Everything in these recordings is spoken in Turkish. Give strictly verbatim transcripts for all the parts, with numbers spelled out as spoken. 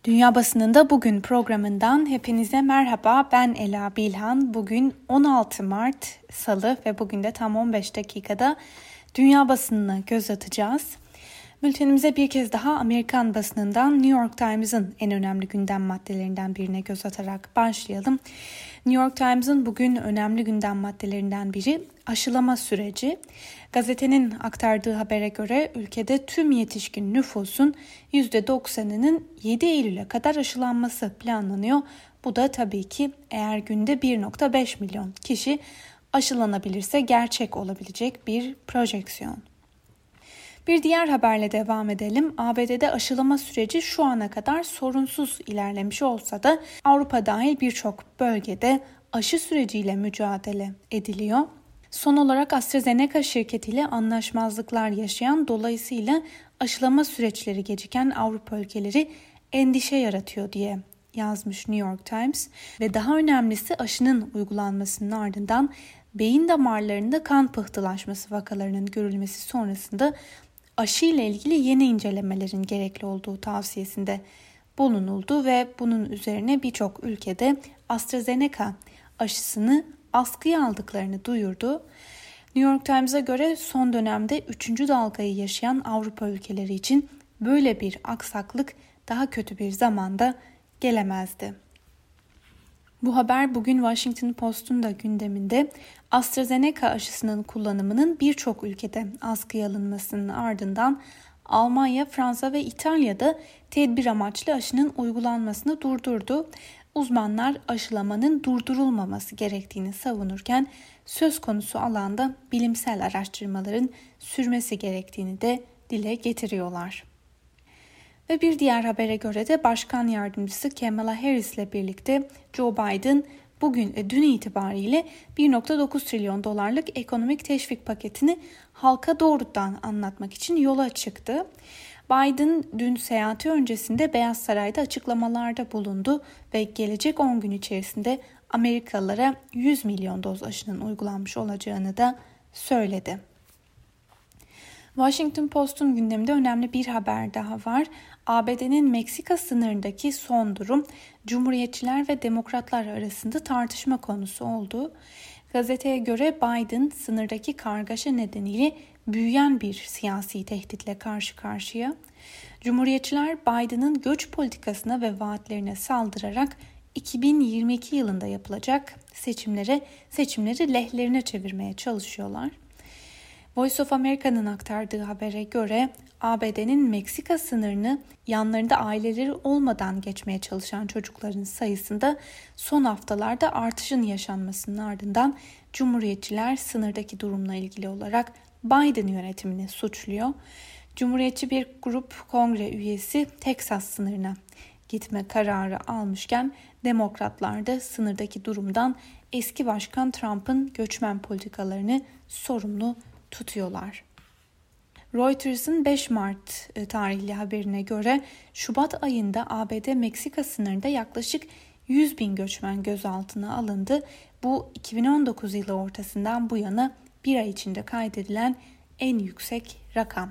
Dünya Basınında Bugün programından hepinize merhaba. Ben Ela Bilhan. Bugün on altı Mart Salı ve bugün de tam on beş dakikada dünya basınına göz atacağız. Bültenimize bir kez daha Amerikan basınından New York Times'ın en önemli gündem maddelerinden birine göz atarak başlayalım. New York Times'ın bugün önemli gündem maddelerinden biri aşılama süreci. Gazetenin aktardığı habere göre ülkede tüm yetişkin nüfusun yüzde doksanının yedi Eylül'e kadar aşılanması planlanıyor. Bu da tabii ki eğer günde bir virgül beş milyon kişi aşılanabilirse gerçek olabilecek bir projeksiyon. Bir diğer haberle devam edelim. A B D'de aşılama süreci şu ana kadar sorunsuz ilerlemiş olsa da Avrupa dahil birçok bölgede aşı süreciyle mücadele ediliyor. Son olarak AstraZeneca şirketiyle anlaşmazlıklar yaşayan, dolayısıyla aşılama süreçleri geciken Avrupa ülkeleri endişe yaratıyor diye yazmış New York Times. Ve daha önemlisi aşının uygulanmasının ardından beyin damarlarında kan pıhtılaşması vakalarının görülmesi sonrasında aşı ile ilgili yeni incelemelerin gerekli olduğu tavsiyesinde bulunuldu ve bunun üzerine birçok ülkede AstraZeneca aşısını askıya aldıklarını duyurdu. New York Times'a göre son dönemde üçüncü dalgayı yaşayan Avrupa ülkeleri için böyle bir aksaklık daha kötü bir zamanda gelemezdi. Bu haber bugün Washington Post'un da gündeminde. AstraZeneca aşısının kullanımının birçok ülkede askıya alınmasının ardından Almanya, Fransa ve İtalya'da tedbir amaçlı aşının uygulanmasını durdurdu. Uzmanlar aşılamanın durdurulmaması gerektiğini savunurken söz konusu alanda bilimsel araştırmaların sürmesi gerektiğini de dile getiriyorlar. Ve bir diğer habere göre de Başkan Yardımcısı Kamala Harris ile birlikte Joe Biden bugün e, dün itibariyle bir virgül dokuz trilyon dolarlık ekonomik teşvik paketini halka doğrudan anlatmak için yola çıktı. Biden dün seyahati öncesinde Beyaz Saray'da açıklamalarda bulundu ve gelecek on gün içerisinde Amerikalılara yüz milyon doz aşının uygulanmış olacağını da söyledi. Washington Post'un gündeminde önemli bir haber daha var. A B D'nin Meksika sınırındaki son durum Cumhuriyetçiler ve Demokratlar arasında tartışma konusu oldu. Gazeteye göre Biden sınırdaki kargaşa nedeniyle büyüyen bir siyasi tehditle karşı karşıya. Cumhuriyetçiler Biden'ın göç politikasına ve vaatlerine saldırarak iki bin yirmi iki yılında yapılacak seçimlere seçimleri lehlerine çevirmeye çalışıyorlar. Voice of America'nın aktardığı habere göre A B D'nin Meksika sınırını yanlarında aileleri olmadan geçmeye çalışan çocukların sayısında son haftalarda artışın yaşanmasının ardından Cumhuriyetçiler sınırdaki durumla ilgili olarak Biden yönetimini suçluyor. Cumhuriyetçi bir grup kongre üyesi Teksas sınırına gitme kararı almışken Demokratlar da sınırdaki durumdan eski başkan Trump'ın göçmen politikalarını sorumlu tutuyorlar. Reuters'ın beş Mart tarihli haberine göre Şubat ayında A B D-Meksika sınırında yaklaşık yüz bin göçmen gözaltına alındı. Bu iki bin on dokuz yılı ortasından bu yana bir ay içinde kaydedilen en yüksek rakam.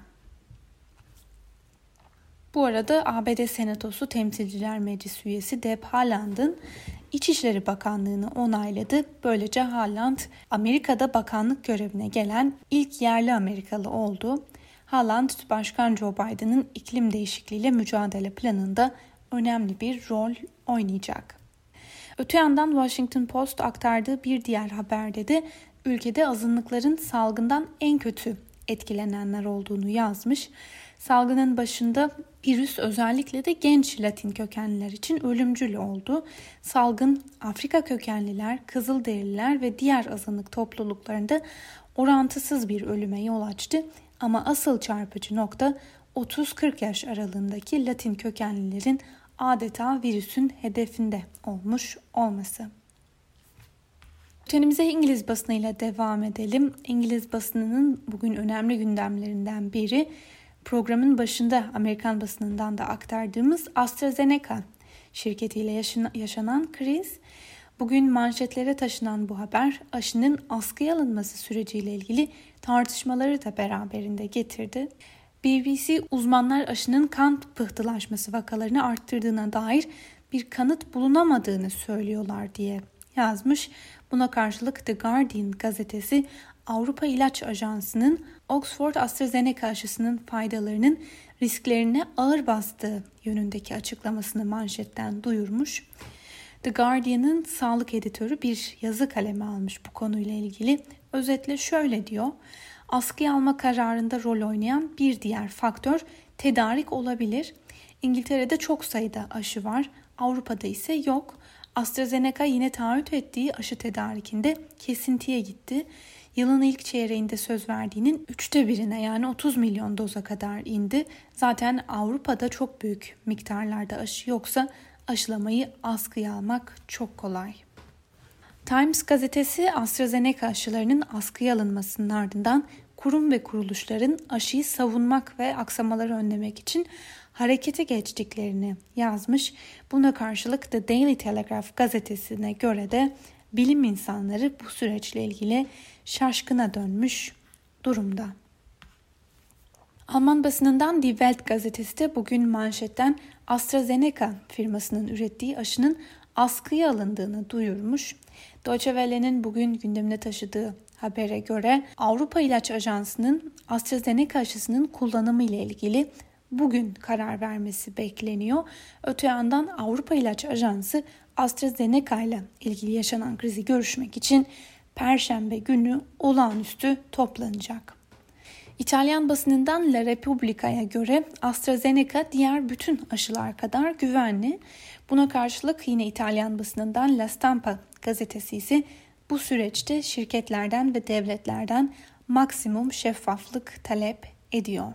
Bu arada A B D Senatosu Temsilciler Meclisi üyesi Deb Haaland'ın İçişleri Bakanlığı'nı onayladı. Böylece Haaland Amerika'da bakanlık görevine gelen ilk yerli Amerikalı oldu. Haaland, Başkan Joe Biden'ın iklim değişikliğiyle mücadele planında önemli bir rol oynayacak. Öte yandan Washington Post aktardığı bir diğer haberde de ülkede azınlıkların salgından en kötü etkilenenler olduğunu yazmış. Salgının başında virüs özellikle de genç Latin kökenliler için ölümcül oldu. Salgın Afrika kökenliler, Kızılderililer ve diğer azınlık topluluklarında orantısız bir ölüme yol açtı. Ama asıl çarpıcı nokta otuz kırk yaş aralığındaki Latin kökenlilerin adeta virüsün hedefinde olmuş olması. Bültenimize İngiliz basınıyla devam edelim. İngiliz basınının bugün önemli gündemlerinden biri programın başında Amerikan basınından da aktardığımız AstraZeneca şirketiyle yaşanan kriz. Bugün manşetlere taşınan bu haber aşının askıya alınması süreciyle ilgili tartışmaları da beraberinde getirdi. B B C uzmanlar aşının kan pıhtılaşması vakalarını arttırdığına dair bir kanıt bulunamadığını söylüyorlar diye yazmış. Buna karşılık The Guardian gazetesi Avrupa İlaç Ajansı'nın Oxford AstraZeneca aşısının faydalarının risklerine ağır bastığı yönündeki açıklamasını manşetten duyurmuş. The Guardian'ın sağlık editörü bir yazı kaleme almış bu konuyla ilgili. Özetle şöyle diyor: askıya alma kararında rol oynayan bir diğer faktör tedarik olabilir. İngiltere'de çok sayıda aşı var, Avrupa'da ise yok. AstraZeneca yine taahhüt ettiği aşı tedarikinde kesintiye gitti. Yılın ilk çeyreğinde söz verdiğinin üçte birine yani otuz milyon doza kadar indi. Zaten Avrupa'da çok büyük miktarlarda aşı yoksa aşılamayı askıya almak çok kolay. Times gazetesi AstraZeneca aşılarının askıya alınmasının ardından kurum ve kuruluşların aşıyı savunmak ve aksamaları önlemek için harekete geçtiklerini yazmış. Buna karşılık The Daily Telegraph gazetesine göre de bilim insanları bu süreçle ilgili şaşkına dönmüş durumda. Alman basınından Die Welt gazetesi de bugün manşetten AstraZeneca firmasının ürettiği aşının askıya alındığını duyurmuş. Deutsche Welle'nin bugün gündemine taşıdığı habere göre Avrupa İlaç Ajansı'nın AstraZeneca aşısının kullanımı ile ilgili bugün karar vermesi bekleniyor. Öte yandan Avrupa İlaç Ajansı AstraZeneca ile ilgili yaşanan krizi görüşmek için Perşembe günü olağanüstü toplanacak. İtalyan basınından La Repubblica'ya göre AstraZeneca diğer bütün aşılar kadar güvenli. Buna karşılık yine İtalyan basınından La Stampa gazetesi ise bu süreçte şirketlerden ve devletlerden maksimum şeffaflık talep ediyor.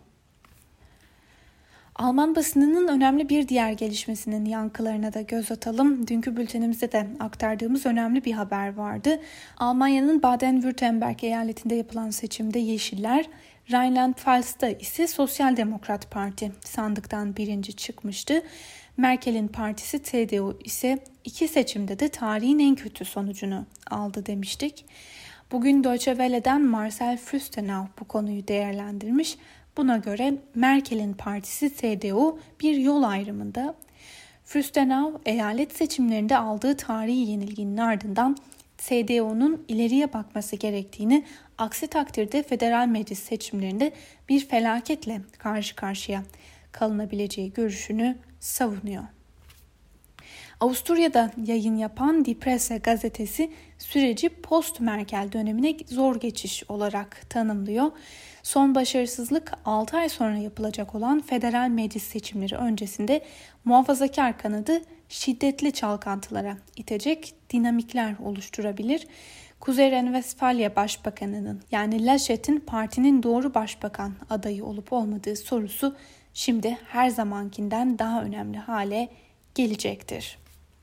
Alman basınının önemli bir diğer gelişmesinin yankılarına da göz atalım. Dünkü bültenimizde de aktardığımız önemli bir haber vardı. Almanya'nın Baden-Württemberg eyaletinde yapılan seçimde Yeşiller, Rheinland-Pfalz'da ise Sosyal Demokrat Parti sandıktan birinci çıkmıştı. Merkel'in partisi C D U ise iki seçimde de tarihin en kötü sonucunu aldı demiştik. Bugün Deutsche Welle'den Marcel Fürstenau bu konuyu değerlendirmiş. Buna göre Merkel'in partisi C D U bir yol ayrımında. Fürstenau eyalet seçimlerinde aldığı tarihi yenilginin ardından C D U'nun ileriye bakması gerektiğini, aksi takdirde federal meclis seçimlerinde bir felaketle karşı karşıya kalınabileceği görüşünü savunuyor. Avusturya'da yayın yapan Die Presse gazetesi süreci post-Merkel dönemine zor geçiş olarak tanımlıyor. Son başarısızlık altı ay sonra yapılacak olan federal meclis seçimleri öncesinde muhafazakar kanadı şiddetli çalkantılara itecek dinamikler oluşturabilir. Kuzey Renvestfalya Başbakanı'nın yani Laschet'in partinin doğru başbakan adayı olup olmadığı sorusu şimdi her zamankinden daha önemli hale gelecektir.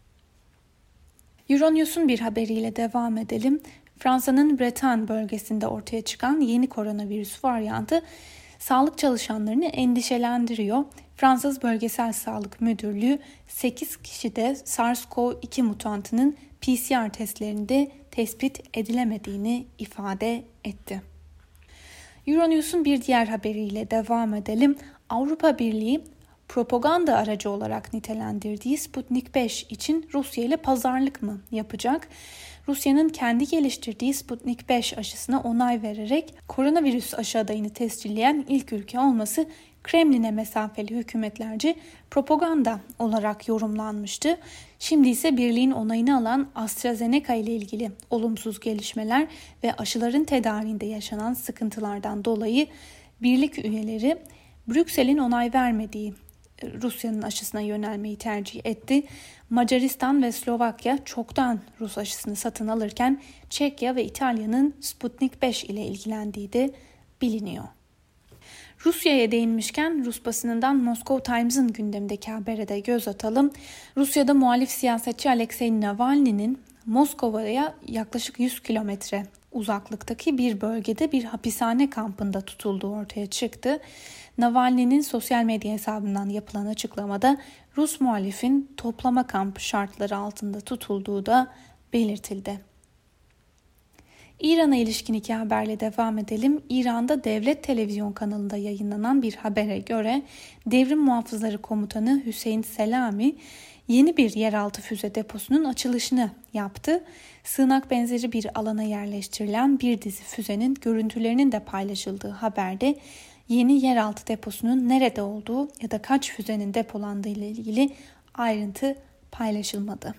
Euronews'un bir haberiyle devam edelim. Fransa'nın Bretagne bölgesinde ortaya çıkan yeni koronavirüs varyantı sağlık çalışanlarını endişelendiriyor. Fransız Bölgesel Sağlık Müdürlüğü sekiz kişide SARS-CoV iki mutantının P C R testlerinde tespit edilemediğini ifade etti. Euronews'un bir diğer haberiyle devam edelim. Avrupa Birliği propaganda aracı olarak nitelendirdiği Sputnik beş için Rusya ile pazarlık mı yapacak? Rusya'nın kendi geliştirdiği Sputnik beş aşısına onay vererek koronavirüs aşı adayını tescilleyen ilk ülke olması Kremlin'e mesafeli hükümetlerce propaganda olarak yorumlanmıştı. Şimdi ise birliğin onayını alan AstraZeneca ile ilgili olumsuz gelişmeler ve aşıların tedariğinde yaşanan sıkıntılardan dolayı birlik üyeleri Brüksel'in onay vermediği Rusya'nın aşısına yönelmeyi tercih etti. Macaristan ve Slovakya çoktan Rus aşısını satın alırken Çekya ve İtalya'nın Sputnik beş ile ilgilendiği de biliniyor. Rusya'ya değinmişken Rus basınından Moscow Times'ın gündemdeki habere de göz atalım. Rusya'da muhalif siyasetçi Alexei Navalny'nin Moskova'ya yaklaşık yüz kilometre uzaklıktaki bir bölgede bir hapishane kampında tutulduğu ortaya çıktı. Navalny'nin sosyal medya hesabından yapılan açıklamada Rus muhalifin toplama kampı şartları altında tutulduğu da belirtildi. İran'a ilişkin iki haberle devam edelim. İran'da devlet televizyon kanalında yayınlanan bir habere göre Devrim Muhafızları Komutanı Hüseyin Selami yeni bir yeraltı füze deposunun açılışını yaptı. Sığınak benzeri bir alana yerleştirilen bir dizi füzenin görüntülerinin de paylaşıldığı haberde yeni yeraltı deposunun nerede olduğu ya da kaç füzenin depolandığı ile ilgili ayrıntı paylaşılmadı.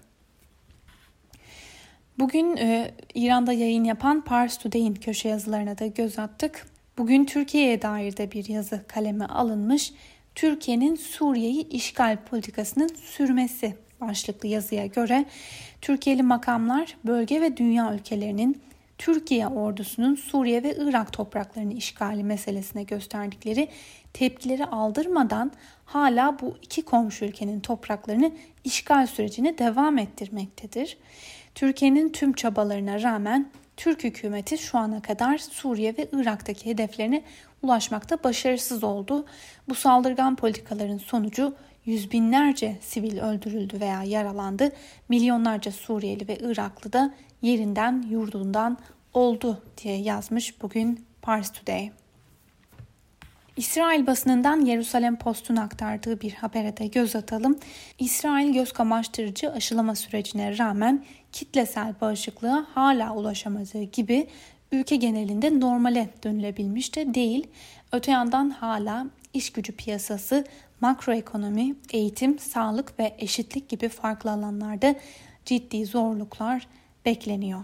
Bugün e, İran'da yayın yapan Pars Today'in köşe yazılarına da göz attık. Bugün Türkiye'ye dair de bir yazı kaleme alınmış. Türkiye'nin Suriye'yi işgal politikasının sürmesi başlıklı yazıya göre Türkiye'li makamlar bölge ve dünya ülkelerinin Türkiye ordusunun Suriye ve Irak topraklarını işgali meselesine gösterdikleri tepkileri aldırmadan hala bu iki komşu ülkenin topraklarını işgal sürecini devam ettirmektedir. Türkiye'nin tüm çabalarına rağmen Türk hükümeti şu ana kadar Suriye ve Irak'taki hedeflerine ulaşmakta başarısız oldu. Bu saldırgan politikaların sonucu yüz binlerce sivil öldürüldü veya yaralandı. Milyonlarca Suriyeli ve Iraklı da yerinden yurdundan oldu diye yazmış bugün Pars Today. İsrail basınından Jerusalem Post'un aktardığı bir habere de göz atalım. İsrail göz kamaştırıcı aşılama sürecine rağmen kitlesel bağışıklığa hala ulaşamadığı gibi ülke genelinde normale dönülebilmiş de değil. Öte yandan hala iş gücü piyasası, makroekonomi, eğitim, sağlık ve eşitlik gibi farklı alanlarda ciddi zorluklar bekleniyor.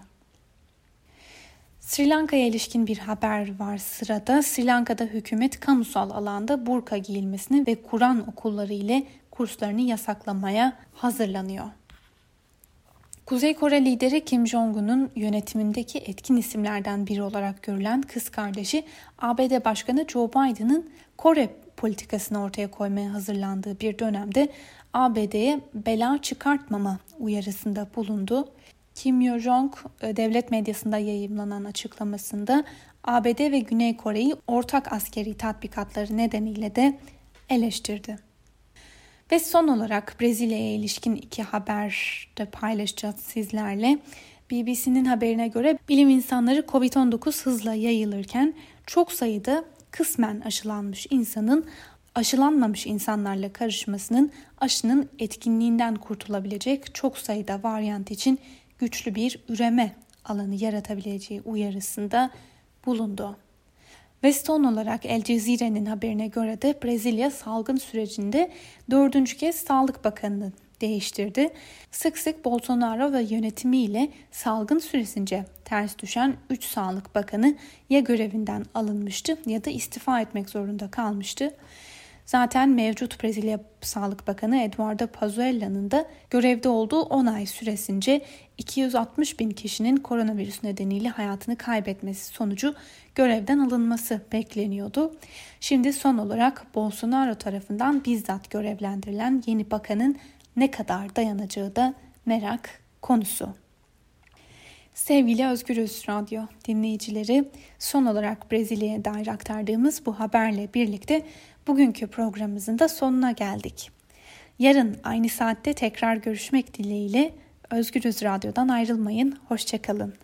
Sri Lanka'ya ilişkin bir haber var sırada. Sri Lanka'da hükümet kamusal alanda burka giyilmesini ve Kur'an okulları ile kurslarını yasaklamaya hazırlanıyor. Kuzey Kore lideri Kim Jong-un'un yönetimindeki etkin isimlerden biri olarak görülen kız kardeşi A B D Başkanı Joe Biden'ın Kore politikasını ortaya koymaya hazırlandığı bir dönemde A B D'ye bela çıkartmama uyarısında bulundu. Kim Yo-jong devlet medyasında yayımlanan açıklamasında A B D ve Güney Kore'yi ortak askeri tatbikatları nedeniyle de eleştirdi. Ve son olarak Brezilya'ya ilişkin iki haber de paylaşacağız sizlerle. B B C'nin haberine göre bilim insanları kovid on dokuz hızla yayılırken çok sayıda kısmen aşılanmış insanın aşılanmamış insanlarla karışmasının aşının etkinliğinden kurtulabilecek çok sayıda varyant için güçlü bir üreme alanı yaratabileceği uyarısında bulundu. Ve son olarak El Cezire'nin haberine göre de Brezilya salgın sürecinde dördüncü kez Sağlık Bakanı'nı değiştirdi. Sık sık Bolsonaro ve yönetimiyle salgın süresince ters düşen üç Sağlık Bakanı ya görevinden alınmıştı ya da istifa etmek zorunda kalmıştı. Zaten mevcut Brezilya Sağlık Bakanı Eduardo Pazuella'nın da görevde olduğu on ay süresince iki yüz altmış bin kişinin koronavirüs nedeniyle hayatını kaybetmesi sonucu görevden alınması bekleniyordu. Şimdi son olarak Bolsonaro tarafından bizzat görevlendirilen yeni bakanın ne kadar dayanacağı da merak konusu. Sevgili Özgürüz Radyo dinleyicileri, son olarak Brezilya'ya dair aktardığımız bu haberle birlikte bugünkü programımızın da sonuna geldik. Yarın aynı saatte tekrar görüşmek dileğiyle Özgürüz Radyo'dan ayrılmayın. Hoşça kalın.